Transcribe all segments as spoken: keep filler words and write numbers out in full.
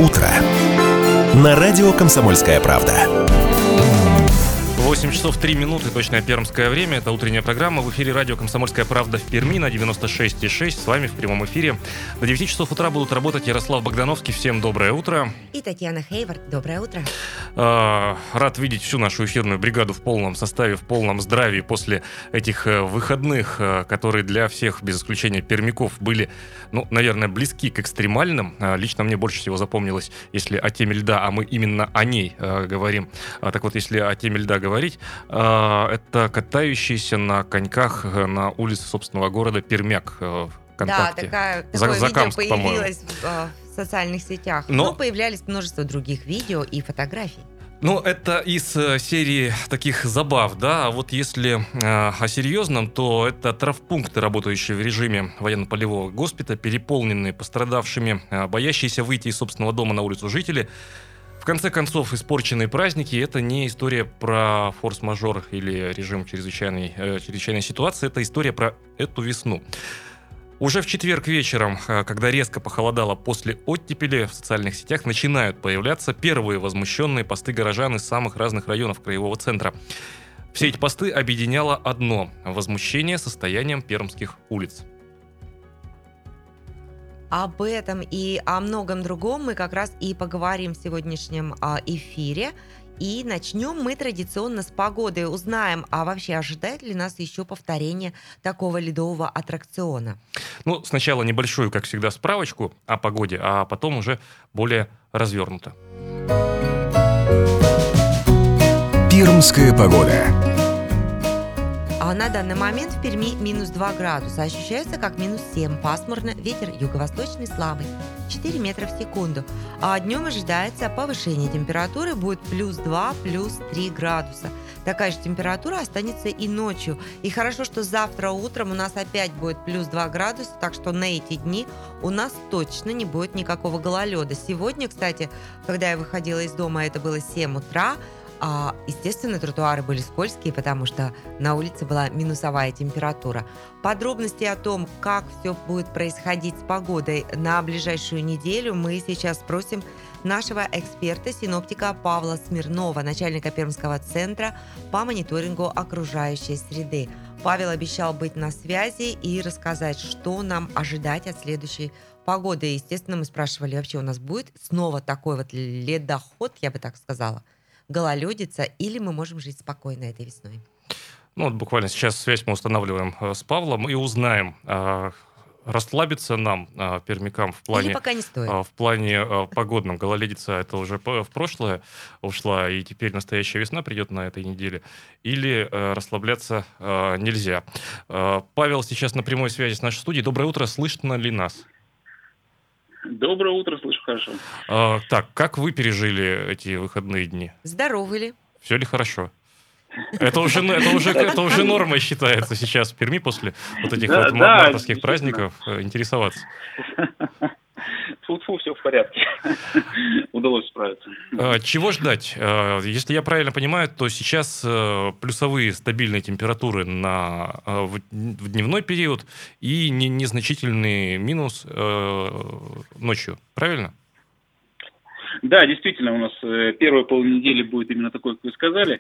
утро» на радио «Комсомольская правда». восемь часов три минуты, точное пермское время. Это утренняя программа. В эфире радио «Комсомольская правда» в Перми на девяносто шесть и шесть. С вами в прямом эфире. До девяти часов утра будут работать Ярослав Богдановский. Всем доброе утро. И Татьяна Хейвард. Доброе утро. А, рад видеть всю нашу эфирную бригаду в полном составе, в полном здравии после этих выходных, которые для всех, без исключения пермяков, были, ну, наверное, близки к экстремальным. Лично мне больше всего запомнилось, если о теме льда, а мы именно о ней э, говорим. Так вот, если о теме льда говорить, это катающийся на коньках на улице собственного города Пермяк в ВКонтакте. Да, такая, такое За, видео Закамск, появилось по-моему. в, в социальных сетях. Но... Но появлялись множество других видео и фотографий. Ну, это из э, серии таких забав, да, а вот если э, о серьезном, то это травмпункты, работающие в режиме военно-полевого госпиталя, переполненные пострадавшими, э, боящиеся выйти из собственного дома на улицу жители. В конце концов, испорченные праздники – это не история про форс-мажор или режим чрезвычайной, э, чрезвычайной ситуации, это история про эту весну. Уже в четверг вечером, когда резко похолодало после оттепели, в социальных сетях начинают появляться первые возмущенные посты горожан из самых разных районов краевого центра. Все эти посты объединяло одно – возмущение состоянием пермских улиц. Об этом и о многом другом мы как раз и поговорим в сегодняшнем эфире. И начнем мы традиционно с погоды. Узнаем, а вообще ожидает ли нас еще повторение такого ледового аттракциона? Ну, сначала небольшую, как всегда, справочку о погоде, а потом уже более развернуто. Пермская погода. А на данный момент в Перми минус два градуса. Ощущается как минус семь. Пасмурно. Ветер юго-восточный слабый. четыре метра в секунду. А днем ожидается повышение температуры. Будет плюс два, плюс три градуса. Такая же температура останется и ночью. И хорошо, что завтра утром у нас опять будет плюс два градуса. Так что на эти дни у нас точно не будет никакого гололеда. Сегодня, кстати, когда я выходила из дома, это было семь утра. А, естественно, тротуары были скользкие, потому что на улице была минусовая температура. Подробности о том, как все будет происходить с погодой на ближайшую неделю, мы сейчас спросим нашего эксперта-синоптика Павла Смирнова, начальника Пермского центра по мониторингу окружающей среды. Павел обещал быть на связи и рассказать, что нам ожидать от следующей погоды. Естественно, мы спрашивали, вообще у нас будет снова такой вот ледоход, я бы так сказала, гололедица, или мы можем жить спокойно этой весной? Ну, вот буквально сейчас связь мы устанавливаем с Павлом и узнаем, расслабиться нам, пермякам, в плане, или пока не стоит. В плане погодном. Гололедица — это уже в прошлое ушла, и теперь настоящая весна придет на этой неделе. Или расслабляться нельзя. Павел сейчас на прямой связи с нашей студией. Доброе утро, слышно ли нас? Доброе утро, слышу хорошо. А, так, как вы пережили эти выходные дни? Здоровы ли? Все ли хорошо? Это уже, это уже, это уже нормой считается сейчас в Перми после вот этих да, вот да, мартовских праздников интересоваться. Фу-фу, все в порядке. Удалось справиться. Чего ждать? Если я правильно понимаю, то сейчас плюсовые стабильные температуры на, в дневной период и незначительный минус ночью. Правильно? Да, действительно, у нас первая полнедели будет именно такой, как вы сказали.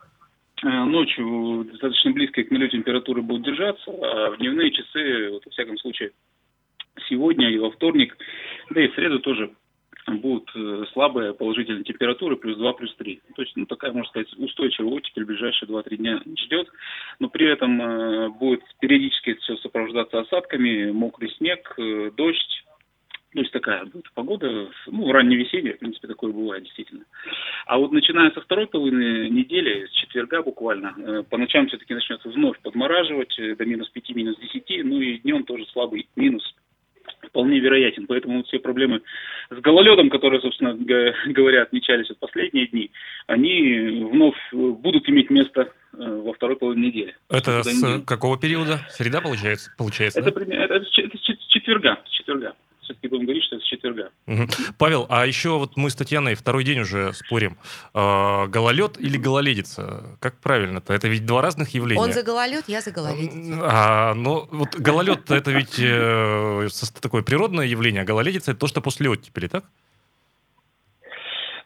Ночью достаточно близко к нулю температуры будут держаться, а в дневные часы, вот, во всяком случае, сегодня и во вторник, да и в среду тоже будут слабые положительные температуры, плюс два, плюс три. То есть, ну, такая, можно сказать, устойчивая оттепель в ближайшие два-три дня ждет. Но при этом э, будет периодически все сопровождаться осадками, мокрый снег, э, дождь. То есть такая будет погода, ну, в раннее весеннее, в принципе, такое бывает действительно. А вот начиная со второй половины недели, с четверга буквально, э, по ночам все-таки начнется вновь подмораживать э, до минус пяти, минус десяти, ну и днем тоже слабый минус вполне вероятен. Поэтому вот все проблемы с гололедом, которые, собственно говоря, отмечались в последние дни, они вновь будут иметь место во второй половине недели. Это с недели. Какого периода? Среда, получается? получается это, да? это, это с четверга. С четверга. Все-таки будем говорить, что это с четверга. Угу. Павел, а еще вот мы с Татьяной второй день уже спорим. Э, гололед или гололедица? Как правильно-то? Это ведь два разных явления. Он за гололед, я за гололедицу. А, ну, вот гололед это ведь э, такое природное явление, а гололедица это то, что после оттепели, так?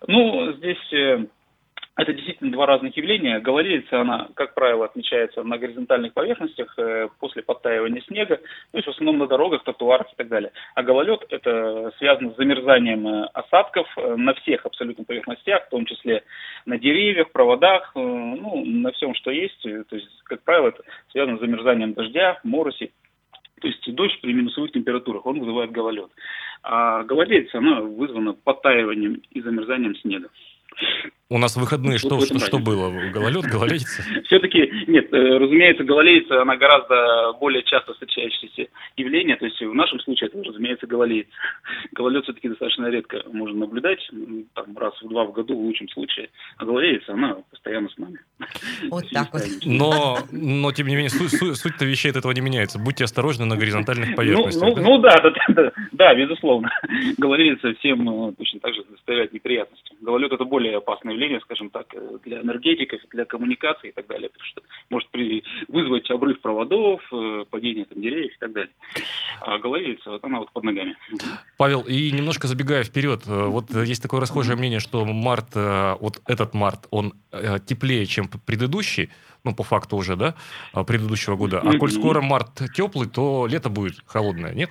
Ну, здесь э, это действительно два разных явления. Гололедица, она, как правило, отмечается на горизонтальных поверхностях э, после подтаивания снега, то есть в основном на дорогах, тротуарах и так далее. А гололед – это связано с замерзанием э, осадков э, на всех абсолютно поверхностях, в том числе на деревьях, проводах, э, ну, на всем, что есть. Э, то есть, как правило, это связано с замерзанием дождя, мороси. То есть дождь при минусовых температурах, он вызывает гололед. А гололедица, она вызвана подтаиванием и замерзанием снега. У нас в выходные что, Вот что, что было? Гололед, гололедица? Все-таки, нет, э, разумеется, гололедица, она гораздо более часто встречающееся явление, то есть в нашем случае это, разумеется, гололедица. Гололед все-таки достаточно редко можно наблюдать, там раз в два в году в лучшем случае, а гололедица, она постоянно с нами. Вот так вот. Но, но тем не менее, суть, суть, суть-то вещей от этого не меняется. Будьте осторожны на горизонтальных Ну, поверхностях. ну, да? ну да, да, да, да, безусловно. Гололедица всем э, точно так же доставляет неприятности. Гололед – это более опасное явление, скажем так, э, для энергетиков, для коммуникаций и так далее, потому что может при... вызвать обрыв проводов, э, падение там, деревьев и так далее. А гололедица, вот она вот под ногами. Павел, и немножко забегая вперед, э, вот э, есть такое расхожее мнение, что март, э, вот этот март, он э, теплее, чем предыдущий, ну, по факту уже, да, э, предыдущего года. А коль скоро март теплый, то лето будет холодное, нет?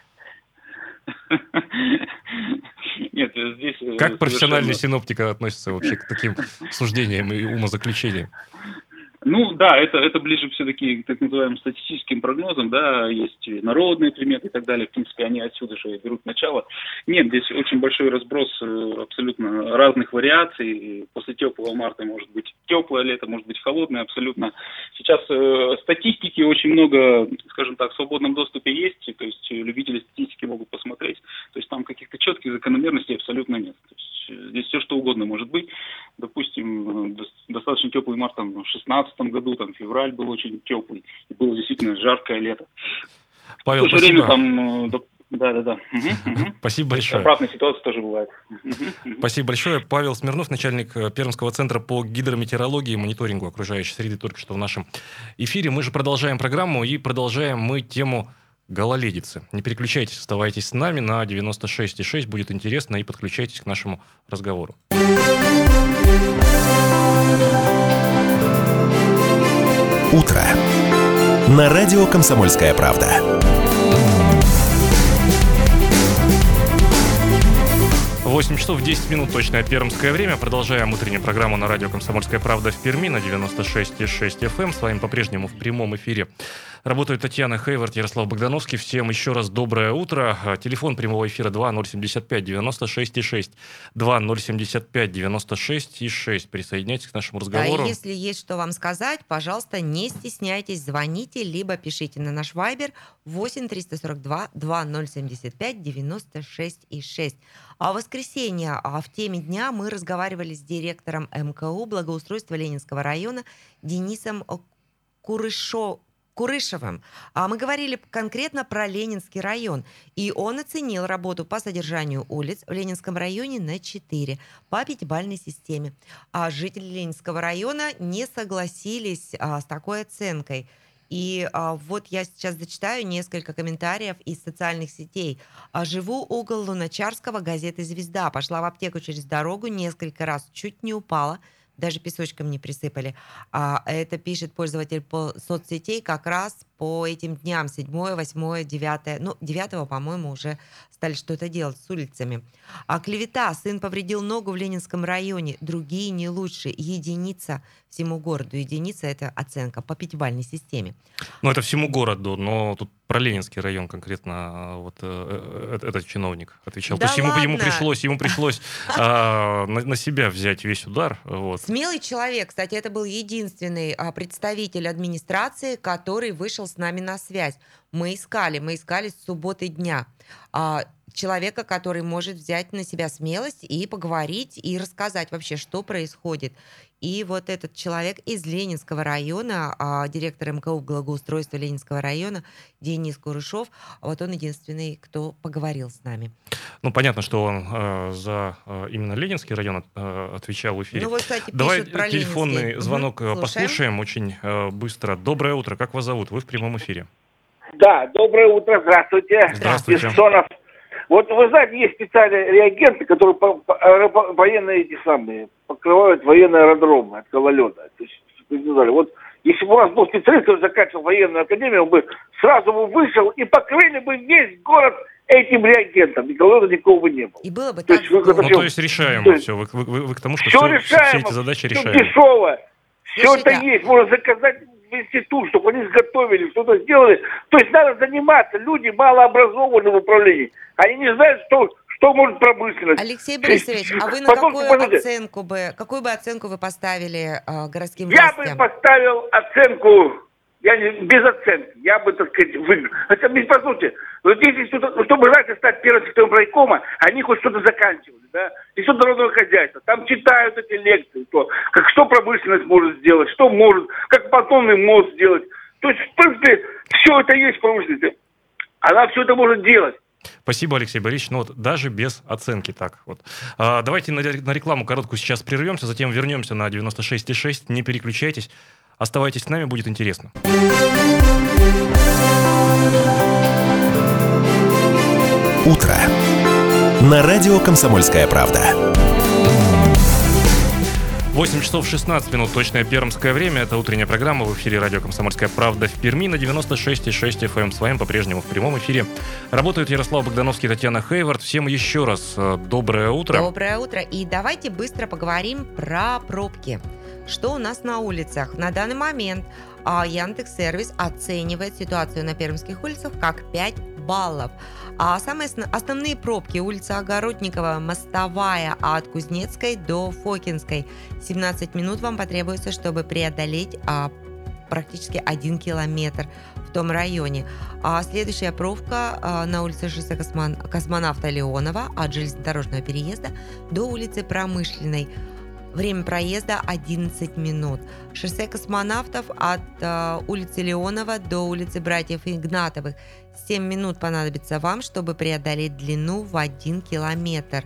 Нет, здесь... э, Как профессиональный совершенно- синоптик относится вообще к таким суждениям и умозаключениям? Ну да, это, это ближе все-таки к так называемым статистическим прогнозам, да, есть и народные приметы и так далее, в принципе, они отсюда же берут начало. Нет, здесь очень большой разброс э, абсолютно разных вариаций. После теплого марта может быть теплое лето, может быть холодное, абсолютно. Сейчас э, статистики очень много, скажем так, в свободном доступе есть, то есть любители статистики могут посмотреть, то есть там каких-то четких закономерностей абсолютно нет. То есть здесь все что угодно может быть. Допустим, до- достаточно теплый март там, в шестнадцатом году, там февраль был очень теплый, и было действительно жаркое лето. Павел, в то же время спасибо. там, э, да, да, да, да. Мгм, мгм. Спасибо большое. Обратная ситуация тоже бывает. Мгм, мгм. Спасибо большое. Павел Смирнов, начальник э, Пермского центра по гидрометеорологии и мониторингу окружающей среды, только что в нашем эфире. Мы же продолжаем программу и продолжаем мы тему гололедицы. Не переключайтесь, оставайтесь с нами на девяносто шесть и шесть. Будет интересно, и подключайтесь к нашему разговору. Утро. На радио «Комсомольская правда». восемь часов десять минут, точное пермское время. Продолжаем утреннюю программу на радио «Комсомольская правда» в Перми на девяносто шесть и шесть эф эм. С вами по-прежнему в прямом эфире работают Татьяна Хейвард, Ярослав Богдановский. Всем еще раз доброе утро. Телефон прямого эфира два ноль семьдесят пять девяносто шесть и шесть. два ноль семьдесят пять девяносто шесть и шесть. Присоединяйтесь к нашему Да, разговору. и если есть что вам сказать, пожалуйста, не стесняйтесь, звоните, либо пишите на наш вайбер восемь триста сорок два два ноль семьдесят пять девяносто шесть и шесть. А в воскресенье а в теме дня мы разговаривали с директором эм ка у благоустройства Ленинского района Денисом Курышо- Курышевым. А мы говорили конкретно про Ленинский район. И он оценил работу по содержанию улиц в Ленинском районе на четыре по пятибалльной системе. А жители Ленинского района не согласились а, с такой оценкой. И а, вот я сейчас зачитаю несколько комментариев из социальных сетей. А, живу угол Луначарского, газеты «Звезда». Пошла в аптеку через дорогу, несколько раз чуть не упала. Даже песочком не присыпали. А, это пишет пользователь по соцсетей как раз по этим дням. седьмое, восьмое, девятое. Ну, девятого, по-моему, уже стали что-то делать с улицами. А клевета. Сын повредил ногу в Ленинском районе. Другие не лучше. Единица всему городу. Единица – это оценка по пятибалльной системе. Ну, это всему городу, но тут про Ленинский район конкретно вот э, э, этот чиновник отвечал. Да То есть ему, ему ладно? пришлось, ему пришлось а, на, на себя взять весь удар. Вот. Смелый человек. Кстати, это был единственный а, представитель администрации, который вышел с нами на связь. Мы искали, мы искали с субботы дня а, человека, который может взять на себя смелость и поговорить, и рассказать вообще, что происходит. И вот этот человек из Ленинского района, а, директор эм ка у благоустройства Ленинского района Денис Курышев, вот он единственный, кто поговорил с нами. Ну, понятно, что он э, за э, именно Ленинский район э, отвечал в эфире. Ну вот, кстати, Давай пишут про телефонный Ленинский. звонок Мгм. э, Слушаем. послушаем очень э, быстро. Доброе утро. Как вас зовут? Вы в прямом эфире. Да, доброе утро, здравствуйте. Здравствуйте. Бессонов Вот вы знаете, есть специальные реагенты, которые по, по, аэропо- военные эти самые покрывают военные аэродромы от гололеда. То есть, вот если бы у нас был специалист, который заканчивал военную академию, он бы сразу бы вышел и покрыли бы весь город этим реагентом, и голода никого бы не было. И было бы то так есть, вы, Ну, то есть решаемо то есть, все. Вы, вы, вы, вы к тому, что все, все, решаемо, все эти задачи все решаемы. дешево. Все Слушайте, это есть. Можно заказать в институт, чтобы они изготовили, что-то сделали. То есть надо заниматься. Люди малообразованы в управлении. Они не знают, что, что может промышленность. Алексей Борисович, а вы на Потом, какую подождите. оценку бы, какую бы оценку вы поставили э, городским Я властям? бы поставил оценку, я не, без оценки, я бы, так сказать, выиграл. Это, без, по сути, вот если что-то, чтобы раньше стать первым секретарем райкома, они хоть что-то заканчивали, да, и что народного хозяйства. Там читают эти лекции, то, как, что промышленность может сделать, что может, как понтонный мост сделать. То есть, в принципе, все это есть в промышленности. Она все это может делать. Спасибо, Алексей Борисович. Ну вот даже без оценки так вот. А, давайте на, на рекламу короткую сейчас прервемся, затем вернемся на девяносто шесть и шесть. Не переключайтесь. Оставайтесь с нами, будет интересно. Утро. На радио «Комсомольская правда». восемь часов шестнадцать минут, точное пермское время. Это утренняя программа в эфире радио «Комсомольская правда» в Перми на девяносто шесть и шесть эф эм. С вами по-прежнему в прямом эфире работают Ярослав Богдановский и Татьяна Хейвард. Всем еще раз э, доброе утро. Доброе утро. И давайте быстро поговорим про пробки. Что у нас на улицах? На данный момент а, Яндекс.Сервис оценивает ситуацию на пермских улицах как пять баллов. А самые основные пробки: улица Огородникова, Мостовая, от Кузнецкой до Фокинской. семнадцать минут вам потребуется, чтобы преодолеть а, практически один километр в том районе. А следующая пробка а, на улице шоссе Космон... Космонавта Леонова от железнодорожного переезда до улицы Промышленной. Время проезда одиннадцать минут. Шоссе Космонавтов от э, улицы Леонова до улицы Братьев Игнатовых. семь минут понадобится вам, чтобы преодолеть длину в один километр.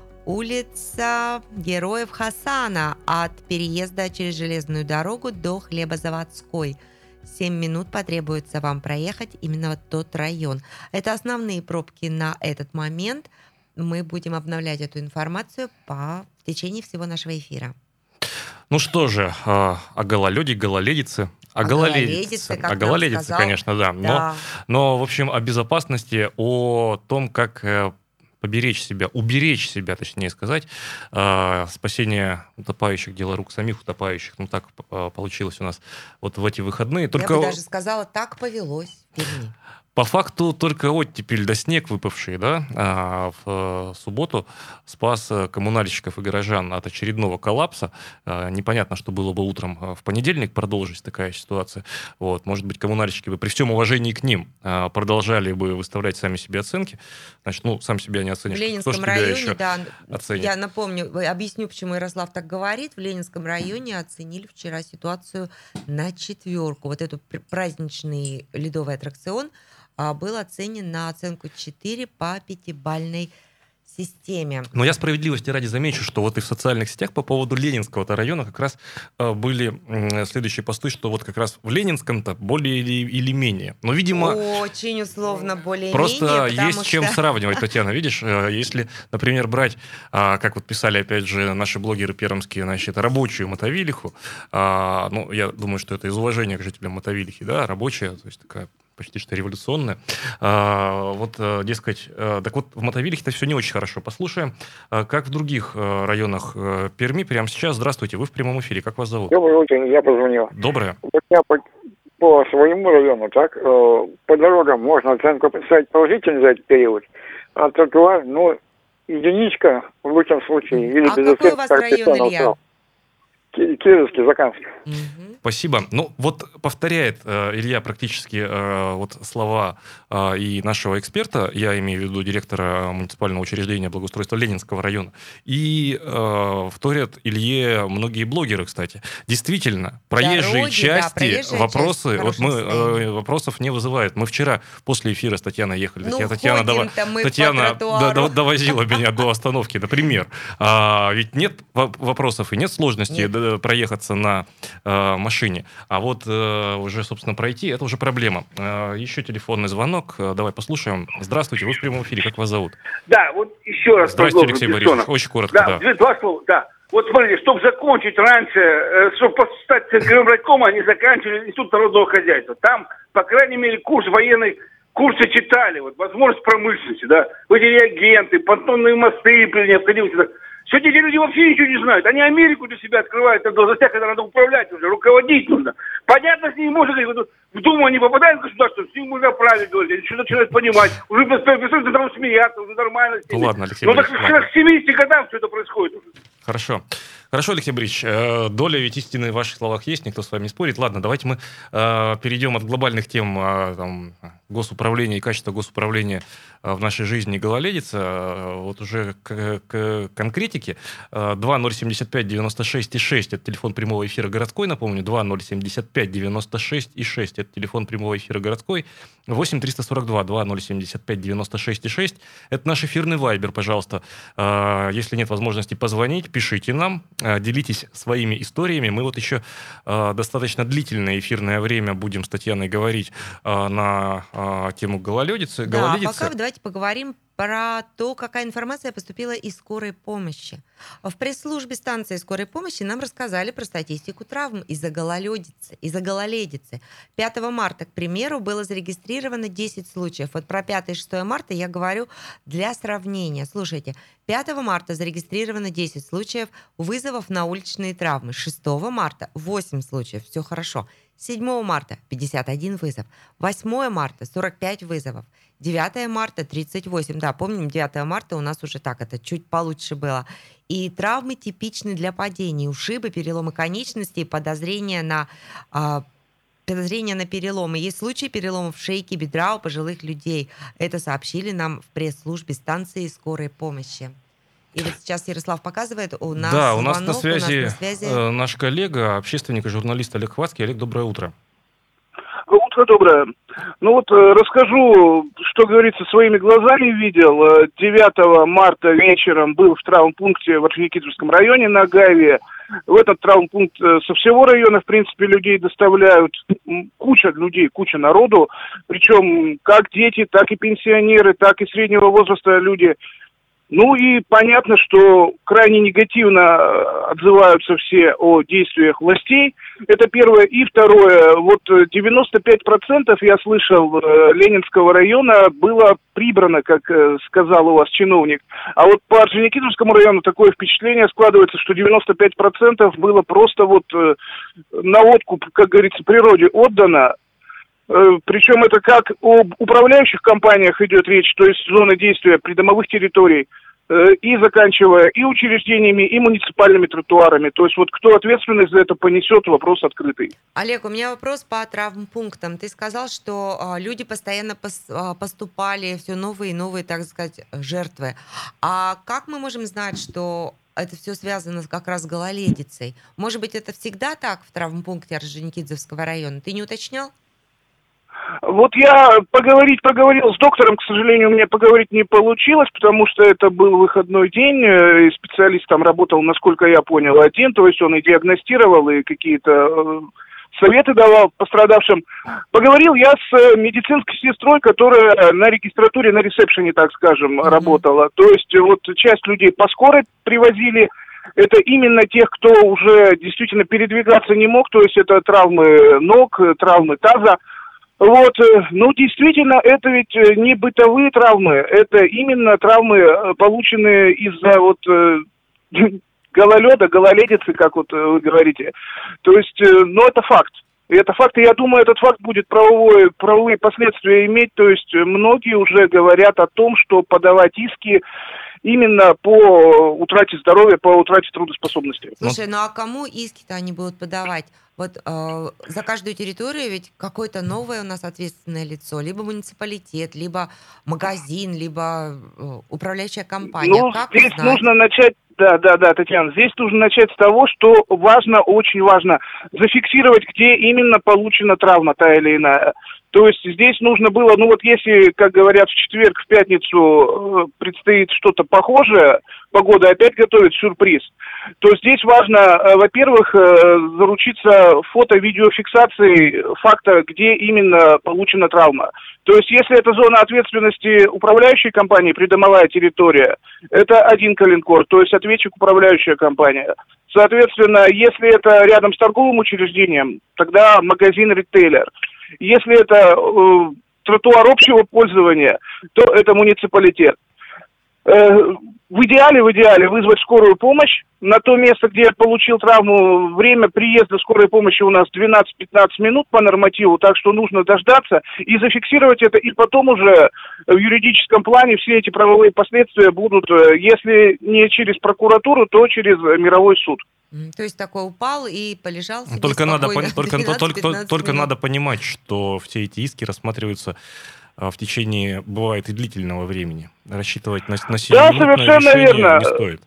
Улица Героев Хасана от переезда через железную дорогу до Хлебозаводской. семь минут потребуется вам проехать именно в тот район. Это основные пробки на этот момент. Мы будем обновлять эту информацию по... в течение всего нашего эфира. Ну что же, о гололеде, гололедице. О гололедице, как о гололедице, сказал. конечно, да. Но, Да. но, в общем, о безопасности, о том, как э, поберечь себя, уберечь себя, точнее сказать, э, спасение утопающих, дело рук самих утопающих. Ну, так э, получилось у нас вот в эти выходные. Только... Я бы даже сказала, так повелось в Перми. По факту только оттепель да снег выпавший, да, а в субботу спас коммунальщиков и горожан от очередного коллапса. Непонятно, что было бы утром в понедельник, продолжилась такая ситуация. Вот. Может быть, коммунальщики бы при всем уважении к ним продолжали бы выставлять сами себе оценки. Значит, ну, сам себя не оценишь. В Ленинском Кто ж тебя районе, еще да, оценит? Я напомню, объясню, почему Ярослав так говорит. В Ленинском районе оценили вчера ситуацию на четверку. Вот этот праздничный ледовый аттракцион был оценен на оценку четыре по пятибалльной системе. Но я справедливости ради замечу, что вот и в социальных сетях по поводу Ленинского-то района как раз э, были э, следующие посты, что вот как раз в Ленинском-то более или, или менее. Но, видимо... Очень условно более-менее. Просто есть что... чем сравнивать, Татьяна. Видишь, э, если, например, брать, э, как вот писали, опять же, наши блогеры пермские, значит, рабочую Мотовилиху, э, ну, я думаю, что это из уважения к жителям Мотовилихи, да, рабочая, то есть такая почти что революционная. А, вот, дескать, так вот, в Мотовилихе-то все не очень хорошо. Послушаем, как в других районах Перми прямо сейчас. Здравствуйте, вы в прямом эфире. Как вас зовут? Доброе утро, я позвонил. Доброе. Вот я по, по своему району, так, э, по дорогам можно оценку поставить положительно за этот период, а тротуар, ну, единичка в лучшем случае. Или а какой у вас район, Илья? Кировский, Закамский. Угу. Спасибо. Ну, вот повторяет э, Илья практически э, вот слова э, и нашего эксперта, я имею в виду директора муниципального учреждения благоустройства Ленинского района, и э, вторят Илье многие блогеры, кстати. Действительно, проезжие Дороги, части, да, проезжая вопросы, часть вот мы, э, вопросов не вызывают. Мы вчера после эфира с Татьяной ехали. Ну, Татьяна, ходим-то мы Татьяна по тротуару. до- до- довозила меня до остановки, например. А, ведь нет вопросов и нет сложностей. Нет, э, проехаться на э, машине. А вот э, уже, собственно, пройти, это уже проблема. Э, еще телефонный звонок. Э, давай послушаем. Здравствуйте, вы в прямом эфире. Как вас зовут? Да, вот еще раз. Здравствуйте, Алексей Борисович. Очень коротко, да. Да, два слова, да. Вот смотрите, чтобы закончить раньше, э, чтобы стать секретарем райкома, они заканчивали Институт народного хозяйства. Там, по крайней мере, курс военный, курсы читали, вот, возможность промышленности, да, эти реагенты, понтонные мосты при необходимости. Да. Сегодня эти люди вообще ничего не знают. Они Америку для себя открывают на должностях, когда надо управлять уже, руководить нужно. Понятно, с ними можно говорить, вот, в Думу они попадают в государство, с ними можно править говорить, они что-то начинают понимать. Уже перестают там смеяться, уже нормально. Ну ладно, Алексей Ну так Борисович, к семидесяти годам все это происходит уже. Хорошо. Хорошо, Алексей Борисович, э, доля ведь истины в ваших словах есть, никто с вами не спорит. Ладно, давайте мы э, перейдем от глобальных тем э, там, госуправления и качества госуправления э, в нашей жизни гололедица, э, вот уже к, к конкретике. Э, два ноль семьдесят пять девяносто шесть и шесть это телефон прямого эфира городской, напомню, два ноль семьдесят пять девяносто шесть и шесть это телефон прямого эфира городской, восемь триста сорок два два ноль семьдесят пять девяносто шесть и шесть это наш эфирный вайбер, пожалуйста. Э, если нет возможности позвонить, пишите нам. Делитесь своими историями. Мы вот еще э, достаточно длительное эфирное время будем с Татьяной говорить э, на э, тему гололедицы. Да, а пока давайте поговорим про то, какая информация поступила из скорой помощи. В пресс-службе станции скорой помощи нам рассказали про статистику травм из-за гололедицы. Из-за гололедицы. пятого марта, к примеру, было зарегистрировано десять случаев. Вот про пятое и шестое марта я говорю для сравнения. Слушайте, пятого марта зарегистрировано десять случаев вызовов на уличные травмы. шестого марта восемь случаев, все хорошо. седьмого марта пятьдесят один вызов. восьмого марта сорок пять вызовов. девятого марта тридцать восемь. Да, помним, девятого марта у нас уже так, это чуть получше было. И травмы типичны для падений. Ушибы, переломы конечностей, подозрения на, а, подозрения на переломы. Есть случаи переломов шейки, бедра у пожилых людей. Это сообщили нам в пресс-службе станции скорой помощи. И вот сейчас Ярослав показывает, у нас да, звонок, у нас на связи, нас на связи... Э, наш коллега, общественник и журналист Олег Хвацкий. Олег, доброе утро. Утро доброе. Ну вот расскажу, что говорится, своими глазами видел. девятого марта вечером был в травмпункте в Орджоникидзевском районе на Гайве. В этот травмпункт со всего района, в принципе, людей доставляют. Куча людей, куча народу. Причем как дети, так и пенсионеры, так и среднего возраста люди. Ну и понятно, что крайне негативно отзываются все о действиях властей. Это первое. И второе. Вот девяносто пять процентов, я слышал, Ленинского района было прибрано, как сказал у вас чиновник. А вот по Орджоникидзевскому району такое впечатление складывается, что девяносто пять процентов было просто вот на откуп, как говорится, природе отдано. Причем это как об управляющих компаниях идет речь, то есть зоны действия придомовых территорий, и заканчивая и учреждениями, и муниципальными тротуарами. То есть вот кто ответственность за это понесет, вопрос открытый. Олег, у меня вопрос по травмпунктам. Ты сказал, что а, люди постоянно пос, а, поступали, все новые и новые, так сказать, жертвы. А как мы можем знать, что это все связано как раз с гололедицей? Может быть, это всегда так в травмпункте Орджоникидзевского района? Ты не уточнял? Вот я поговорить поговорил с доктором, к сожалению, у меня поговорить не получилось, потому что это был выходной день, и специалист там работал, насколько я понял, один, то есть он и диагностировал, и какие-то советы давал пострадавшим. Поговорил я с медицинской сестрой, которая на регистратуре, на ресепшене, так скажем, mm-hmm. работала. То есть вот часть людей по скорой привозили. Это именно тех, кто уже действительно передвигаться не мог, то есть это травмы ног, травмы таза. Вот, ну, действительно, это ведь не бытовые травмы, это именно травмы, полученные из-за вот гололеда, гололедицы, как вот вы говорите. То есть, ну, это факт. И это факт, и я думаю, этот факт будет правовой, правовые последствия иметь. То есть, многие уже говорят о том, что подавать иски именно по утрате здоровья, по утрате трудоспособности. Слушай, ну а кому иски-то они будут подавать? Вот э, за каждую территорию ведь какое-то новое у нас ответственное лицо, либо муниципалитет, либо магазин, либо э, управляющая компания. Ну, как здесь узнать? нужно начать, да, да, да, Татьяна, здесь нужно начать с того, что важно, очень важно зафиксировать, где именно получена травма та или иная. То есть здесь нужно было, ну вот если, как говорят, в четверг, в пятницу э, предстоит что-то похожее, погода опять готовит сюрприз, то здесь важно, э, во-первых, э, заручиться фото-видеофиксацией факта, где именно получена травма. То есть если это зона ответственности управляющей компании, придомовая территория, это один коленкор, то есть ответчик управляющая компания. Соответственно, если это рядом с торговым учреждением, тогда магазин-ритейлер. Если это э, тротуар общего пользования, то это муниципалитет. Э, в идеале, в идеале вызвать скорую помощь на то место, где я получил травму. Время приезда скорой помощи у нас двенадцать-пятнадцать минут по нормативу, так что нужно дождаться и зафиксировать это, и потом уже в юридическом плане все эти правовые последствия будут, если не через прокуратуру, то через мировой суд. То есть такой упал и полежал себе Только, надо, спокойно только, только, двенадцать-пятнадцать только минут. надо понимать, что все эти иски рассматриваются а, в течение, бывает, и длительного времени. Рассчитывать на, на сиюминутное Да, совершенно решение верно. не стоит.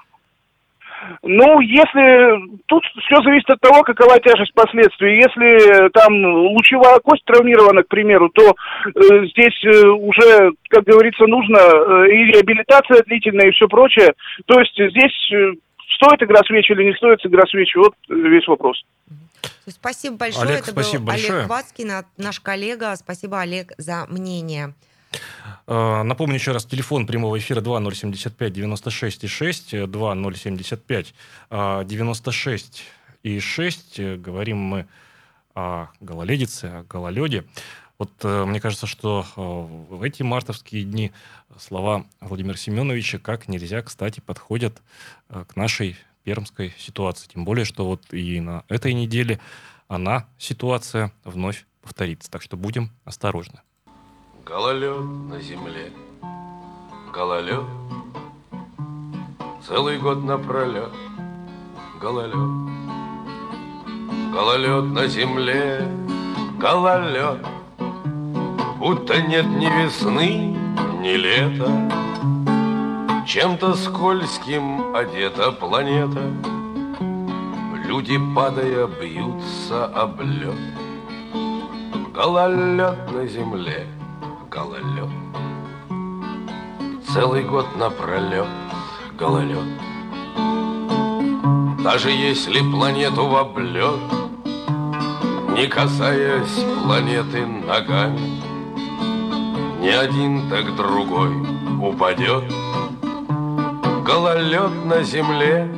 Ну, если... Тут все зависит от того, какова тяжесть последствий. Если там лучевая кость травмирована, к примеру, то э, здесь э, уже, как говорится, нужно э, и реабилитация длительная, и все прочее. То есть здесь э, стоит игра свечи или не стоит игра свечи, вот весь вопрос. Спасибо большое. Олег, Это спасибо был большое. Олег Вацкин, наш коллега. Спасибо, Олег, за мнение. Напомню еще раз, телефон прямого эфира два ноль семь пять девяносто шесть и шесть, два ноль семь пять девяносто шесть и шесть. Говорим мы о гололедице, о гололеде. Вот мне кажется, что в эти мартовские дни слова Владимира Семеновича как нельзя, кстати, подходят к нашей пермской ситуации. Тем более, что вот и на этой неделе она, ситуация, вновь повторится. Так что будем осторожны. Гололед на земле, гололед, целый год напролет, гололед. Гололед на земле, гололед, будто нет ни весны, ни лета. Чем-то скользким одета планета, люди, падая, бьются об лед. Гололед на земле, гололед, целый год напролет, гололед. Даже если планету в облет, не касаясь планеты ногами, ни один, так другой упадет. Гололед на земле.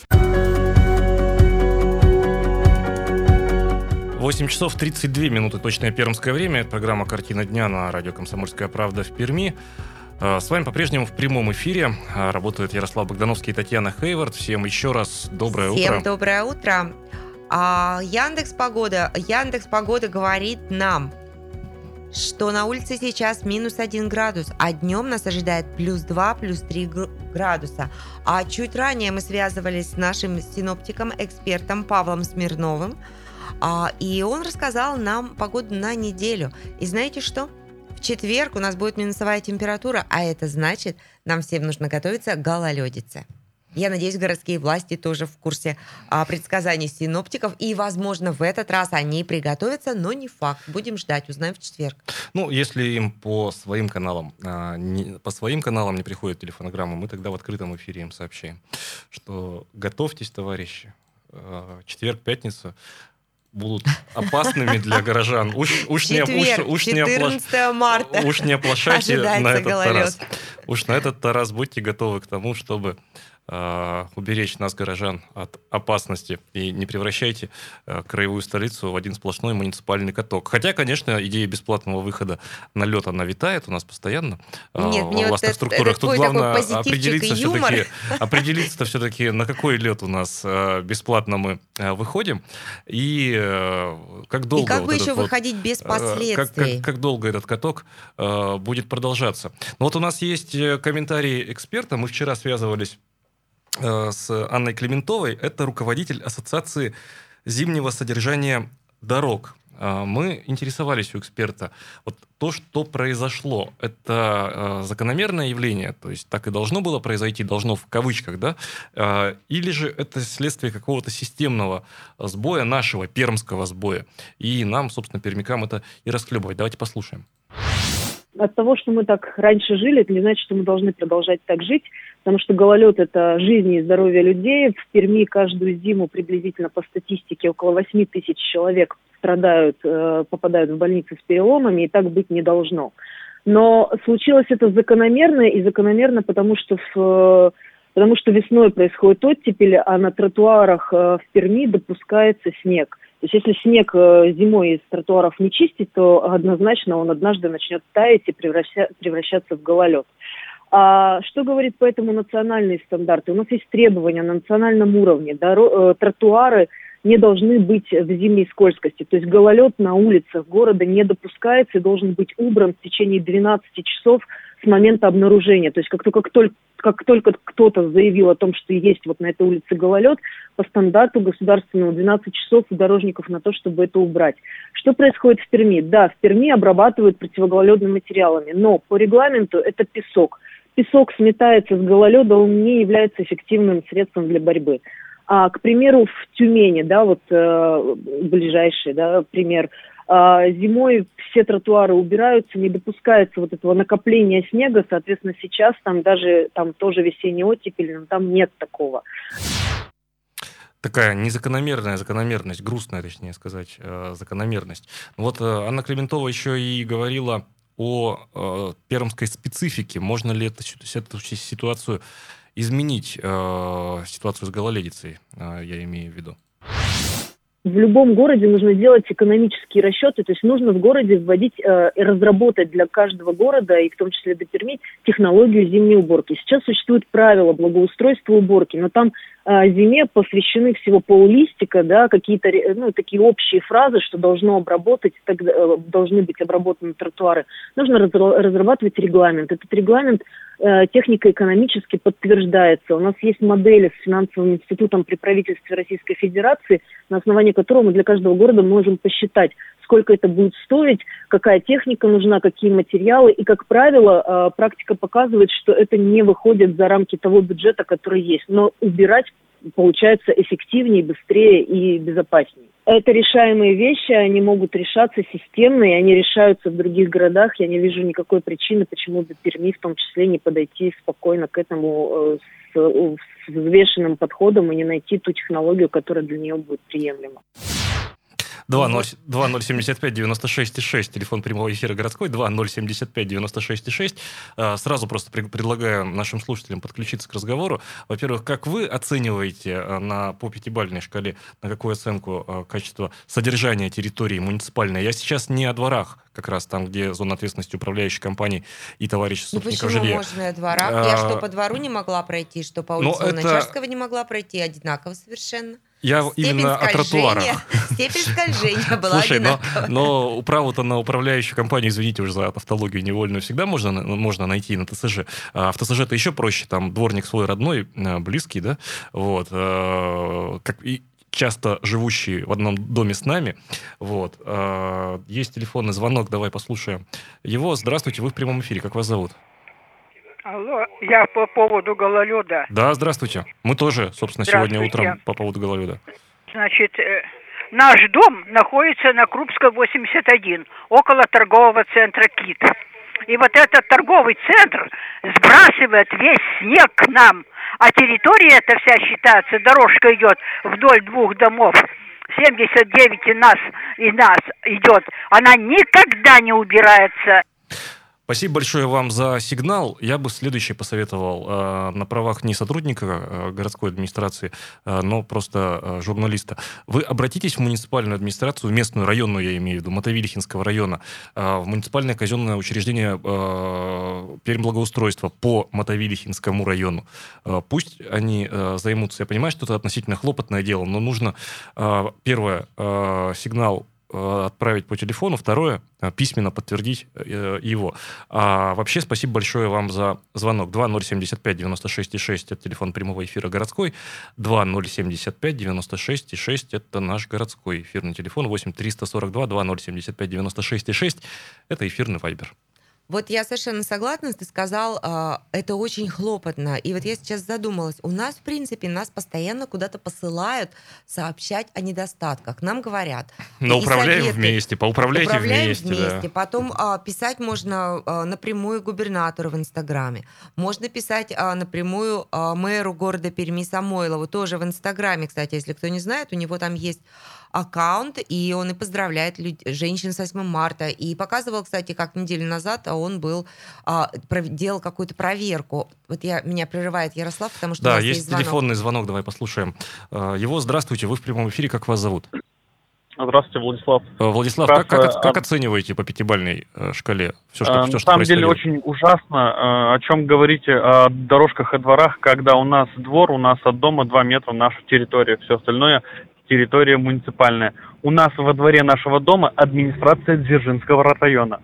восемь часов тридцать две минуты, точное пермское время. Это программа «Картина дня» на радио «Комсомольская правда» в Перми. С вами по-прежнему в прямом эфире работают Ярослав Богдановский и Татьяна Хейвард. Всем еще раз доброе Всем утро. Всем доброе утро. А, Яндекс Погода. Яндекс Погода говорит нам, что на улице сейчас минус один градус, а днем нас ожидает плюс два, плюс три градуса. А чуть ранее мы связывались с нашим синоптиком, экспертом Павлом Смирновым, а, и он рассказал нам погоду на неделю. И знаете что? В четверг у нас будет минусовая температура, а это значит, нам всем нужно готовиться к гололедице. Я надеюсь, городские власти тоже в курсе а, предсказаний синоптиков, и, возможно, в этот раз они приготовятся, но не факт. Будем ждать, узнаем в четверг. Ну, если им по своим каналам, а, не, по своим каналам не приходит телефонограмма, мы тогда в открытом эфире им сообщаем, что готовьтесь, товарищи, а, четверг, пятница будут опасными для горожан. Уж, уж, не, уж, уж, не оплаш... марта уж не оплошайте на этот гололед. раз. Уж на этот раз будьте готовы к тому, чтобы э, уберечь нас, горожан, от опасности. И не превращайте э, краевую столицу в один сплошной муниципальный каток. Хотя, конечно, идея бесплатного выхода на лед, она витает у нас постоянно э, Нет, во властных вот структурах. это, Тут это главное и определиться все-таки, определиться все-таки, на какой лед у нас э, бесплатно мы э, выходим. И э, как долго... И как вот бы еще вот, выходить без последствий. Как, как, как долго этот каток э, будет продолжаться. Но вот у нас есть комментарий эксперта. Мы вчера связывались э, с Анной Климентовой. Это руководитель Ассоциации зимнего содержания дорог. э, мы интересовались у эксперта, вот то, что произошло, это э, закономерное явление, то есть так и должно было произойти, должно в кавычках, да, э, или же это следствие какого-то системного сбоя, нашего пермского сбоя, и нам, собственно, пермякам это и расхлебывать. Давайте послушаем. От того, что мы так раньше жили, это не значит, что мы должны продолжать так жить, потому что гололед – это жизнь и здоровье людей. В Перми каждую зиму приблизительно по статистике около восемь тысяч человек страдают, попадают в больницы с переломами, и так быть не должно. Но случилось это закономерно, и закономерно, потому что, в, потому что весной происходит оттепель, а на тротуарах в Перми допускается снег. То есть если снег зимой из тротуаров не чистить, то однозначно он однажды начнет таять и превраща, превращаться в гололед. А что говорит по этому национальные стандарты? У нас есть требования на национальном уровне. Доро- тротуары не должны быть в зимней скользкости. То есть гололед на улицах города не допускается и должен быть убран в течение двенадцати часов с момента обнаружения. То есть как только, как только, как только кто-то заявил о том, что есть вот на этой улице гололед, по стандарту государственному двенадцать часов у дорожников на то, чтобы это убрать. Что происходит в Перми? Да, в Перми обрабатывают противогололедными материалами, но по регламенту это песок. Песок сметается с гололеда, он не является эффективным средством для борьбы. А, к примеру, в Тюмени, да, вот э, ближайший, да, пример, э, зимой все тротуары убираются, не допускается вот этого накопления снега, соответственно, сейчас там даже, там тоже весенний оттепель, но там нет такого. Такая незакономерная закономерность, грустная, точнее сказать, э, закономерность. Вот э, Анна Клементова еще и говорила о э, пермской специфике. Можно ли это, эту ситуацию изменить, э, ситуацию с гололедицей, э, я имею в виду? В любом городе нужно делать экономические расчеты, то есть нужно в городе вводить э, и разработать для каждого города, и в том числе для Перми, технологию зимней уборки. Сейчас существуют правила благоустройства уборки, но там э, зиме посвящены всего поллистика, да, какие-то ну, такие общие фразы, что должно обработать, так, э, должны быть обработаны тротуары. Нужно раз, разрабатывать регламент. Этот регламент э, технико-экономически подтверждается. У нас есть модели с финансовым институтом при правительстве Российской Федерации, на основании которого мы для каждого города можем посчитать, сколько это будет стоить, какая техника нужна, какие материалы. И, как правило, практика показывает, что это не выходит за рамки того бюджета, который есть. Но убирать получается эффективнее, быстрее и безопаснее. Это решаемые вещи, они могут решаться системно, и они решаются в других городах. Я не вижу никакой причины, почему бы Перми в том числе не подойти спокойно к этому с, с взвешенным подходом и не найти ту технологию, которая для нее будет приемлема. два ноль семьдесят пять девяносто шесть шесть, телефон прямого эфира городской, два ноль семьдесят пять девяносто шесть шесть. Сразу просто предлагаю нашим слушателям подключиться к разговору. Во-первых, как вы оцениваете на, по пятибалльной шкале, на какую оценку качества содержания территории муниципальной? Я сейчас не о дворах, как раз там, где зона ответственности управляющей компании и товарищей собственников ну, почему жилья. можно и о дворах? Я что, по двору не могла пройти, что по улице Луначарского это... не могла пройти, одинаково совершенно. Я степень именно о тротуарах. Степень скольжения была Слушай, одинаковая. Но, но управу-то на управляющую компанию, извините уже за тавтологию невольную, всегда можно, можно найти на ТСЖ. А в ТСЖ-то еще проще, там дворник свой родной, близкий, да, вот, как и часто живущий в одном доме с нами. Вот. Есть телефонный звонок, давай послушаем его. Здравствуйте, вы в прямом эфире, как вас зовут? Алло, я по поводу гололеда. Да, здравствуйте. Мы тоже, собственно, сегодня утром по поводу гололеда. Значит, э, наш дом находится на Крупского восемьдесят один, около торгового центра «Кит». И вот этот торговый центр сбрасывает весь снег к нам, а территория эта вся считается, дорожка идет вдоль двух домов. семьдесят девять и нас, и нас идет. Она никогда не убирается. Спасибо большое вам за сигнал. Я бы следующее посоветовал э, на правах не сотрудника э, городской администрации, э, но просто э, журналиста. Вы обратитесь в муниципальную администрацию, местную, районную, я имею в виду, Мотовилихинского района, э, в муниципальное казенное учреждение э, Пермблагоустройства по Мотовилихинскому району. Э, пусть они э, займутся. Я понимаю, что это относительно хлопотное дело, но нужно, э, первое, э, сигнал э, отправить по телефону, второе э, письменно подтвердить э, его. А вообще спасибо большое вам за звонок. два ноль семь пять девяносто шесть шесть это телефон прямого эфира городской. два ноль семь пять девяносто шесть шесть это наш городской эфирный телефон. восемь триста сорок два два ноль семь пять девяносто шесть шесть это эфирный вайбер. Вот я совершенно согласна, ты сказал, э, это очень хлопотно. И вот я сейчас задумалась, у нас, в принципе, нас постоянно куда-то посылают сообщать о недостатках. Нам говорят. Но и управляем советы. вместе, поуправляйте Управляем вместе. вместе. Да. Потом э, писать можно э, напрямую губернатору в Инстаграме. Можно писать э, напрямую э, мэру города Перми Самойлову, тоже в Инстаграме, кстати, если кто не знает, у него там есть аккаунт, и он и поздравляет люд... женщин с восьмым марта. И показывал, кстати, как неделю назад он был, а, делал какую-то проверку. Вот я, меня прерывает Ярослав, потому что да, у нас есть, есть звонок. телефонный звонок, давай послушаем. Его, здравствуйте, вы в прямом эфире, как вас зовут? Здравствуйте, Владислав. Владислав, как, как, как оцениваете по пятибалльной шкале все, что, все, На что самом деле происходило? очень ужасно, о чем говорите о дорожках и дворах, когда у нас двор, у нас от дома два метра наша территория, все остальное территория муниципальная. У нас во дворе нашего дома администрация Дзержинского района.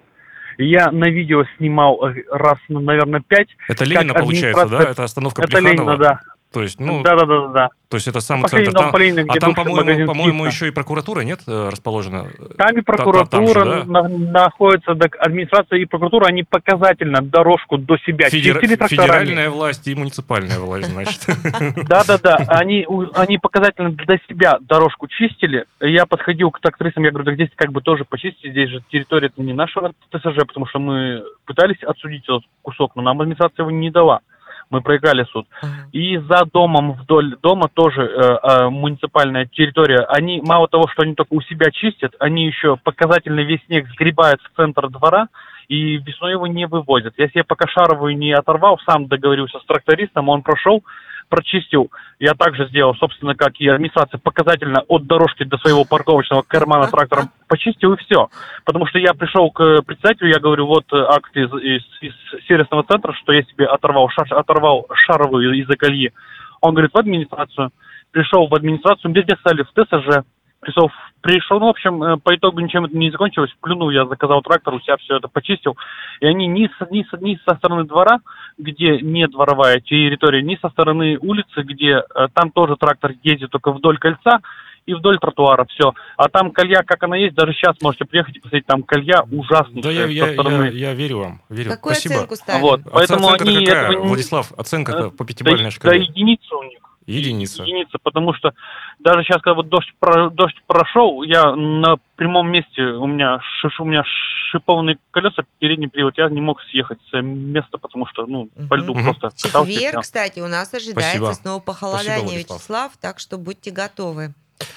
Я на видео снимал раз, ну, наверное, пять. Это Ленина, получается, да? Это остановка Это Плеханова? Ленина, да. То есть, ну, да, да, да, да. То есть это самый Последний центр. дом по Ленина, а где там, бывший по-моему, магазин по-моему «Птица». еще и прокуратура, нет, расположена? Там и прокуратура, там же, да? на, находится, да, администрация и прокуратура, они показательно дорожку до себя Федер... чистили тракторами. Федеральная власть и муниципальная власть, значит. Да-да-да, они, они показательно до себя дорожку чистили. Я подходил к трактористам, я говорю, да здесь как бы тоже почистить, здесь же территория это не нашего ТСЖ, потому что мы пытались отсудить этот кусок, но нам администрация его не дала. Мы проиграли суд. И за домом, вдоль дома тоже э, э, муниципальная территория. Они, мало того, что они только у себя чистят, они еще показательно весь снег сгребают в центр двора и весной его не вывозят. Я себе пока шаровую не оторвал, сам договорился с трактористом, он прошел, прочистил. Я также сделал, собственно, как и администрация, показательно от дорожки до своего парковочного кармана трактором почистил, и все. Потому что я пришел к председателю, я говорю, вот акт из, из, из сервисного центра, что я себе оторвал, шар, оторвал шаровую из-за кольи. Он говорит, в администрацию. Пришел в администрацию, без меня стали в ТСЖ. Пришел, пришел, ну, в общем, по итогу ничем это не закончилось. Плюнул, я заказал трактор, у себя все это почистил. И они ни, ни, ни со стороны двора, где не дворовая территория, ни со стороны улицы, где э, там тоже трактор ездит только вдоль кольца и вдоль тротуара, все. А там колья, как она есть, даже сейчас можете приехать и посмотреть, там колья ужаснейшая. Да, я, я, стороны... я, я верю вам. Верю. Какую Спасибо. оценку ставим? Вот, поэтому оценка они какая, этого не... Владислав, оценка по пятибалльной да, шкале? Да, единица у них. Единица. Единица, потому что даже сейчас, когда вот дождь, про, дождь прошел, я на прямом месте, у меня, шиш, у меня шипованные колеса, передний привод, я не мог съехать с места, потому что, ну, по льду Угу. просто В катался. четверг, кстати, у нас ожидается Спасибо. снова похолодание, Спасибо, Владислав. Вячеслав, так что будьте готовы.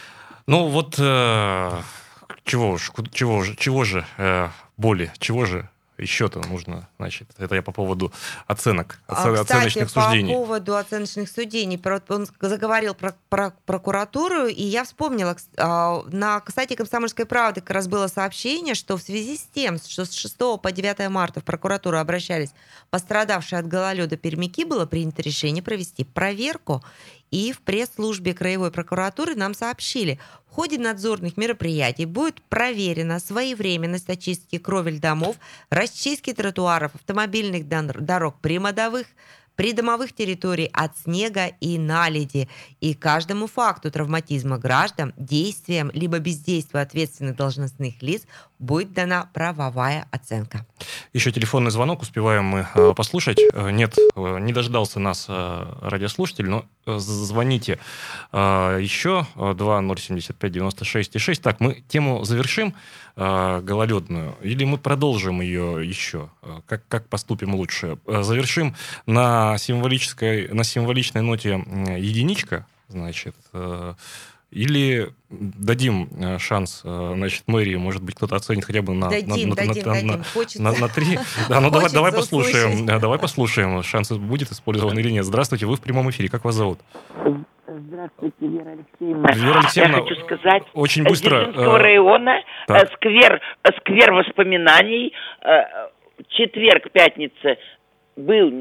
Ну вот, э, чего уж, чего же, чего же э, боли, чего же еще-то нужно, значит, это я по поводу оценок, оце- А, кстати, оценочных суждений. по поводу оценочных суждений, про- он заговорил про, про прокуратуру, и я вспомнила, кс- а, на сайте «Комсомольской правды» как раз было сообщение, что в связи с тем, что с шестого по девятое марта в прокуратуру обращались пострадавшие от гололеда пермяки, было принято решение провести проверку. И в пресс-службе Краевой прокуратуры нам сообщили, в ходе надзорных мероприятий будет проверена своевременность очистки кровель домов, расчистки тротуаров, автомобильных дорог, прямодовых, придомовых территорий от снега и наледи. И каждому факту травматизма граждан, действиям либо бездействию ответственных должностных лиц будет дана правовая оценка. Еще телефонный звонок успеваем мы э, послушать. Э, нет, э, не дождался нас э, радиослушатель, но э, звоните э, еще два ноль семь пять девяносто шесть шесть. Так, мы тему завершим э, гололедную, или мы продолжим ее еще? Э, как, как поступим лучше? Э, завершим на символической, на символичной ноте э, единичка, значит, э, или дадим э, шанс, э, значит, мэрии, может быть, кто-то оценит хотя бы на, Дадим, на, дадим, на, дадим. на, Хочется. на, на три. Да, ну давай, давай Хочется послушаем. услышать. Да, давай послушаем, шанс будет использован или нет. Здравствуйте, вы в прямом эфире. Как вас зовут? Здравствуйте, Вера Алексеевна. Вера Алексеевна, Я хочу сказать, очень быстро. Дзержинского э, района, так. э, сквер, э, сквер воспоминаний, э, четверг, пятница был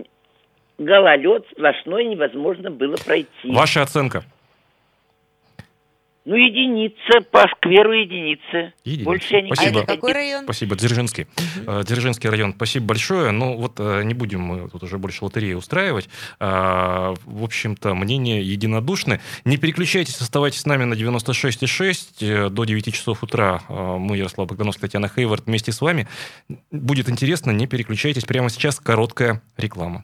гололед, сплошной, невозможно было пройти. Ваша оценка? Ну, единица, по скверу единицы. Единица. Больше я не Спасибо. А это какой район? Спасибо, Дзержинский. Э, Дзержинский район. Спасибо большое. Ну, вот э, не будем мы тут уже больше лотереи устраивать. Э, В общем-то, мнения единодушны. Не переключайтесь, оставайтесь с нами на девяносто шесть и шесть. Э, До девяти часов утра э, мы, Ярослав Богдановский, Татьяна Хейвард, вместе с вами. Будет интересно, не переключайтесь. Прямо сейчас короткая реклама.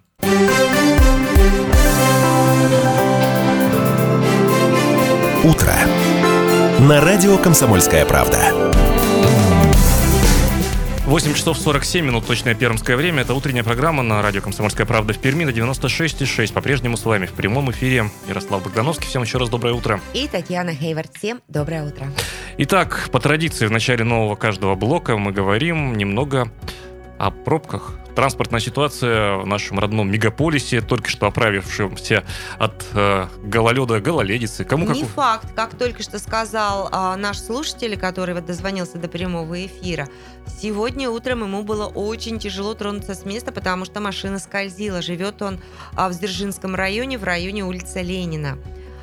Утро. На радио «Комсомольская правда». восемь часов сорок семь минут, точное пермское время. Это утренняя программа на радио «Комсомольская правда» в Перми на девяносто шесть и шесть. По-прежнему с вами в прямом эфире Ярослав Богдановский. Всем еще раз доброе утро. И Татьяна Хейвард. Всем доброе утро. Итак, по традиции в начале нового каждого блока мы говорим немного о пробках. Транспортная ситуация в нашем родном мегаполисе, только что оправившемся от э, гололеда, гололедицы. Кому Не как... факт, как только что сказал а, наш слушатель, который вот дозвонился до прямого эфира. Сегодня утром ему было очень тяжело тронуться с места, потому что машина скользила. Живет он а, в Дзержинском районе, в районе улицы Ленина.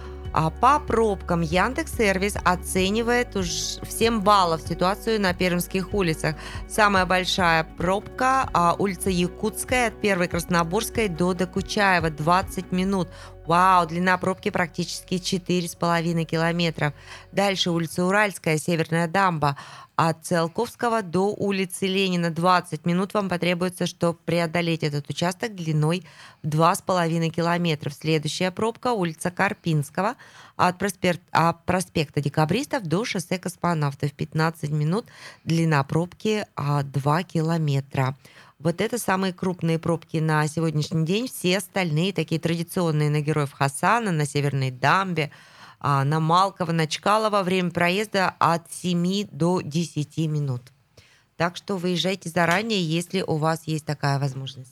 А по пробкам Яндекс.Сервис оценивает уж в семь баллов ситуацию на пермских улицах. Самая большая пробка а, улица Якутская от первой Красноборской до Докучаева двадцать минут. Вау, длина пробки практически четыре с половиной километров. Дальше улица Уральская, Северная дамба. От Циолковского до улицы Ленина двадцать минут вам потребуется, чтобы преодолеть этот участок длиной в два с половиной километра. Следующая пробка улица Карпинского от проспект, от проспекта Декабристов до шоссе Космонавтов пятнадцать минут. Длина пробки два километра. Вот это самые крупные пробки на сегодняшний день. Все остальные, такие традиционные, на Героев Хасана, на Северной дамбе, на Малкова, на Чкалова, время проезда от семи до десяти минут. Так что выезжайте заранее, если у вас есть такая возможность.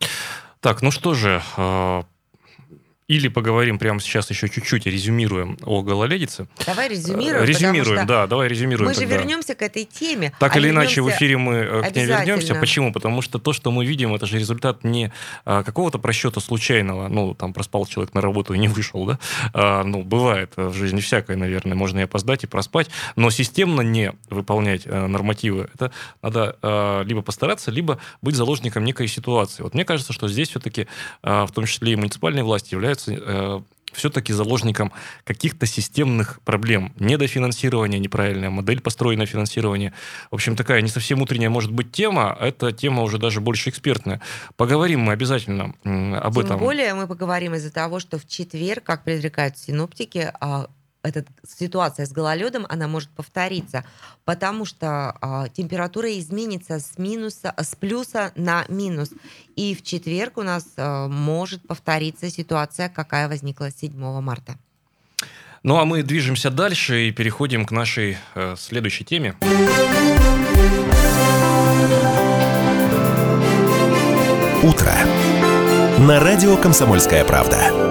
Так, ну что же, э, или поговорим прямо сейчас еще чуть-чуть, резюмируем о гололедице. Давай резюмируем. Резюмируем, да, давай резюмируем. Мы же тогда. вернемся к этой теме. Так а или иначе, в эфире мы к ней вернемся. Обязательно. Почему? Потому что то, что мы видим, это же результат не а, какого-то просчета случайного. Ну, там проспал человек на работу и не вышел, да? А, ну, бывает в жизни всякое, наверное. Можно и опоздать, и проспать. Но системно не выполнять а, нормативы, это надо а, либо постараться, либо быть заложником некой ситуации. Вот мне кажется, что здесь все-таки, а, в том числе и муниципальные власти, являются все-таки заложником каких-то системных проблем. Недофинансирование, неправильная модель построенного финансирования. В общем, такая не совсем утренняя может быть тема, эта тема уже даже больше экспертная. Поговорим мы обязательно об Тем этом. Тем более мы поговорим из-за того, что в четверг, как предрекают синоптики, эта ситуация с гололедом, она может повториться, потому что а, температура изменится с минуса, с плюса на минус. И в четверг у нас а, может повториться ситуация, какая возникла седьмого марта. Ну, а мы движемся дальше и переходим к нашей э, следующей теме. Утро. На радио «Комсомольская правда».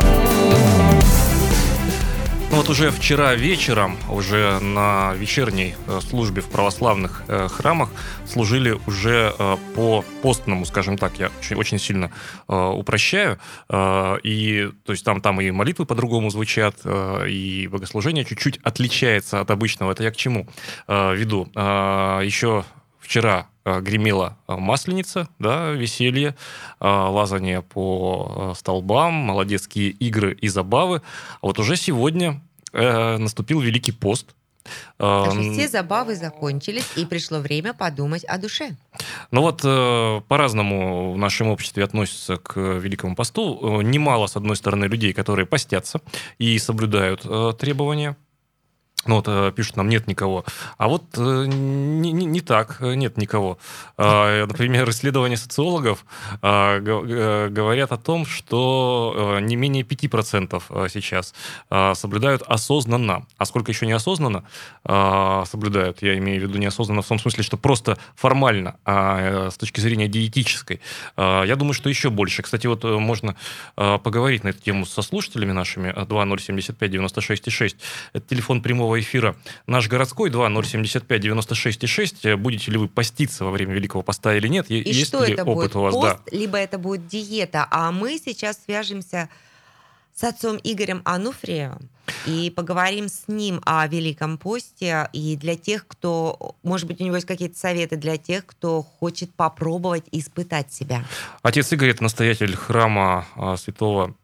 Ну вот уже вчера вечером, уже на вечерней э, службе в православных э, храмах служили уже э, по постному, скажем так, я очень, очень сильно э, упрощаю. Э, и то есть там, там и молитвы по-другому звучат, э, и богослужение чуть-чуть отличается от обычного. Это я к чему э, веду? Э, еще вчера гремела Масленица, да, веселье, лазание по столбам, молодецкие игры и забавы. А вот уже сегодня э, наступил Великий пост. Так что все забавы закончились, и пришло время подумать о душе. Ну вот э, по-разному в нашем обществе относятся к Великому посту. Немало, с одной стороны, людей, которые постятся и соблюдают э, требования. Ну вот пишут нам, нет никого. А вот э, не, не, не так, нет никого. Э, например, исследования социологов э, г- говорят о том, что э, не менее пять процентов сейчас э, соблюдают осознанно. А сколько еще неосознанно э, соблюдают? Я имею в виду неосознанно в том смысле, что просто формально, а э, с точки зрения диетической. Э, я думаю, что еще больше. Кстати, вот можно э, поговорить на эту тему со слушателями нашими. два ноль семь пять девяносто шесть шесть. Это телефон прямого эфира наш городской, два ноль семь пять девяносто шесть шесть. Будете ли вы поститься во время Великого поста или нет? И Есть что ли это опыт будет, у вас? пост, Да. либо это будет диета? А мы сейчас свяжемся с отцом Игорем Ануфриевым и поговорим с ним о Великом посте. И для тех, кто, может быть, у него есть какие-то советы для тех, кто хочет попробовать испытать себя. Отец Игорь – это настоятель храма а, святого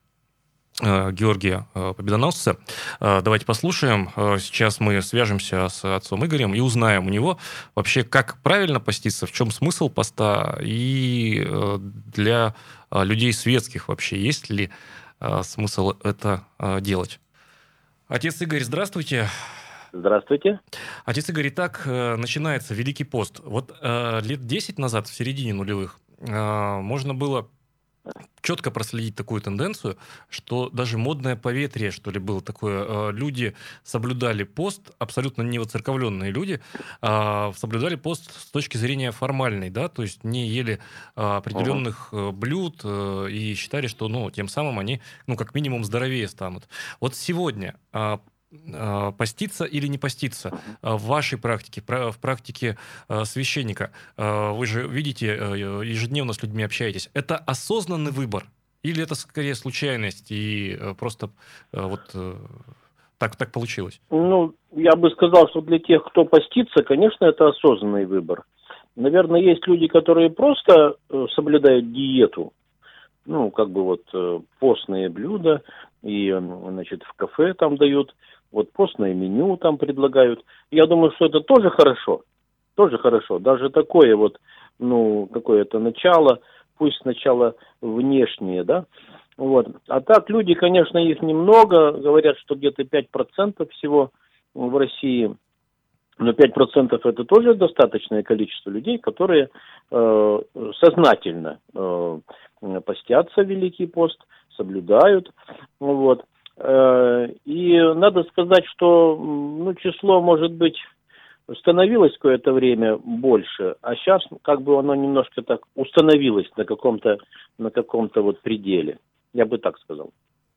а, Георгия а, Победоносца. А, давайте послушаем. А, сейчас мы свяжемся с отцом Игорем и узнаем у него вообще, как правильно поститься, в чем смысл поста, и а, для а, людей светских вообще есть ли а, смысл это а, делать. Отец Игорь, здравствуйте. Здравствуйте. Отец Игорь, итак, начинается Великий пост. Вот э, лет десять назад, в середине нулевых, э, можно было четко проследить такую тенденцию, что даже модное поветрие, что ли, было такое. Э, люди соблюдали пост, абсолютно невоцерковленные люди, э, соблюдали пост с точки зрения формальной, да, то есть не ели э, определенных э, блюд э, и считали, что, ну, тем самым они, ну, как минимум, здоровее станут. Вот сегодня э, поститься или не поститься в вашей практике, в практике священника? Вы же видите, ежедневно с людьми общаетесь. Это осознанный выбор? Или это скорее случайность и просто вот так, так получилось? Ну, я бы сказал, что для тех, кто постится, конечно, это осознанный выбор. Наверное, есть люди, которые просто соблюдают диету, ну, как бы вот постные блюда, и, значит, в кафе там дают, вот постное меню там предлагают. Я думаю, что это тоже хорошо, тоже хорошо. Даже такое вот, ну, какое-то начало, пусть сначала внешнее, да. Вот. А так люди, конечно, их немного, говорят, что где-то пять процентов всего в России. Но пять процентов это тоже достаточное количество людей, которые э, сознательно э, постятся в Великий пост, соблюдают. Вот. И надо сказать, что ну, число, может быть, становилось какое-то время больше, а сейчас как бы оно немножко так установилось на каком-то, на каком-то вот пределе. Я бы так сказал.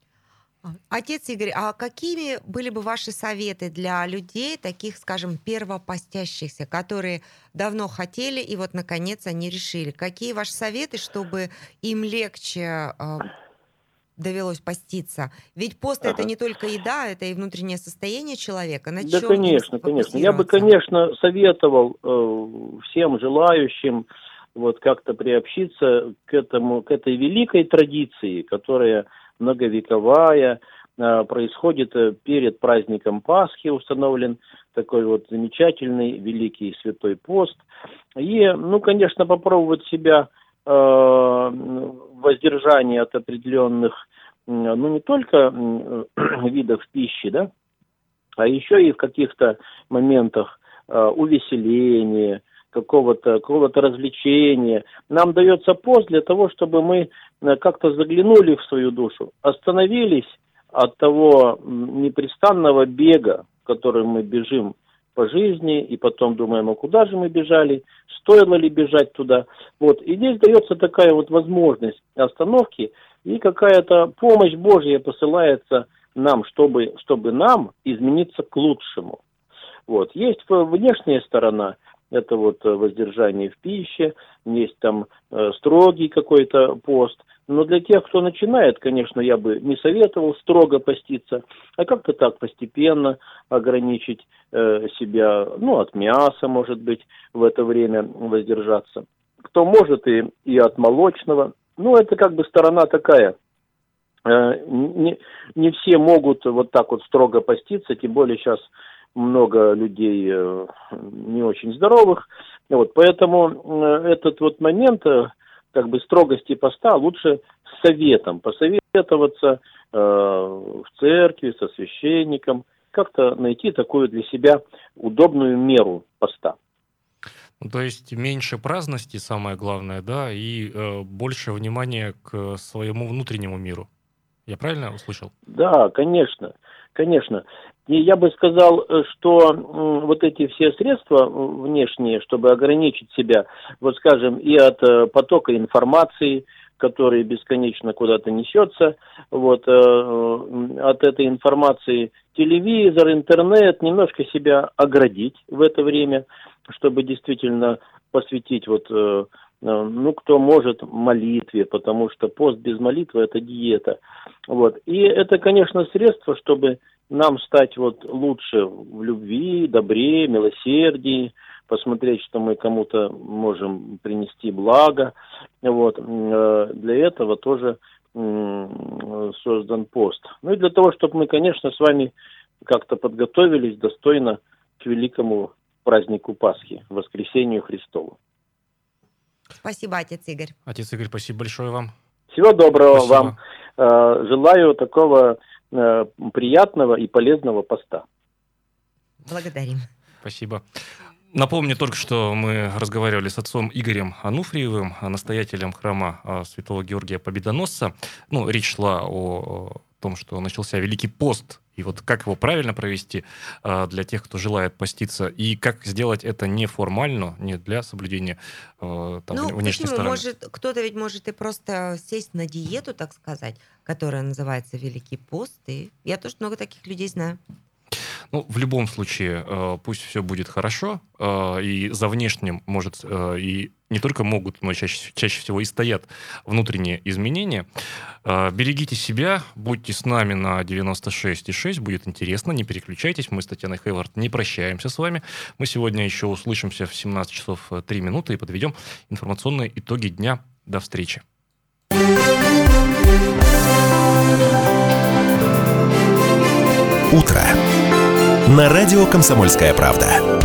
Отец Игорь, а какими были бы ваши советы для людей, таких, скажем, первопостящихся, которые давно хотели и вот, наконец, они решили? Какие ваши советы, чтобы им легче довелось поститься? Ведь пост ага. это не только еда, это и внутреннее состояние человека. На да, чем конечно, конечно. Я бы, конечно, советовал э, всем желающим вот как-то приобщиться к этому, к этой великой традиции, которая многовековая, э, происходит перед праздником Пасхи, установлен такой вот замечательный великий святой пост. И, ну, конечно, попробовать себя воздержание от определенных, ну, не только видов пищи, да, а еще и в каких-то моментах увеселения, какого-то, какого-то развлечения. Нам дается пост для того, чтобы мы как-то заглянули в свою душу, остановились от того непрестанного бега, которым мы бежим по жизни, и потом думаем, а куда же мы бежали, стоило ли бежать туда. Вот. И здесь дается такая вот возможность остановки, и какая-то помощь Божья посылается нам, чтобы, чтобы нам измениться к лучшему. Вот. Есть внешняя сторона, это вот воздержание в пище, есть там э, строгий какой-то пост. Но для тех, кто начинает, конечно, я бы не советовал строго поститься, а как-то так постепенно ограничить э, себя, ну, от мяса, может быть, в это время воздержаться. Кто может, и, и от молочного. Ну, это как бы сторона такая. Э, не, не все могут вот так вот строго поститься, тем более сейчас много людей э, не очень здоровых. Вот, поэтому э, этот вот момент... Э, как бы строгости поста лучше с советом, посоветоваться э, в церкви, со священником, как-то найти такую для себя удобную меру поста. Ну, то есть меньше праздности, самое главное, да, и э, больше внимания к своему внутреннему миру. Я правильно услышал? Да, конечно, конечно. И я бы сказал, что вот эти все средства внешние, чтобы ограничить себя, вот скажем, и от потока информации, который бесконечно куда-то несется, вот, от этой информации телевизор, интернет, немножко себя оградить в это время, чтобы действительно посвятить вот ну, кто может, молитве, потому что пост без молитвы – это диета. Вот. И это, конечно, средство, чтобы нам стать вот лучше в любви, добре, милосердии, посмотреть, что мы кому-то можем принести благо. Вот. Для этого тоже создан пост. Ну и для того, чтобы мы, конечно, с вами как-то подготовились достойно к великому празднику Пасхи, воскресению Христову. Спасибо, отец Игорь. Отец Игорь, спасибо большое вам. Всего доброго Спасибо. вам. Желаю такого приятного и полезного поста. Благодарим. Спасибо. Напомню только, что мы разговаривали с отцом Игорем Ануфриевым, настоятелем храма Святого Георгия Победоносца. Ну, речь шла о том, что начался Великий пост, и вот как его правильно провести для тех, кто желает поститься, и как сделать это неформально, не для соблюдения там, ну, внешней почему? стороны. Может, кто-то ведь может и просто сесть на диету, так сказать, которая называется Великий пост, и я тоже много таких людей знаю. Ну, в любом случае, э, пусть все будет хорошо, э, и за внешним, может, э, и не только могут, но чаще, чаще всего и стоят внутренние изменения. Э, берегите себя, будьте с нами на девяносто шесть и шесть, будет интересно, не переключайтесь, мы с Татьяной Хейвард не прощаемся с вами. Мы сегодня еще услышимся в семнадцать часов три минуты и подведем информационные итоги дня. До встречи. Утро. На радио «Комсомольская правда».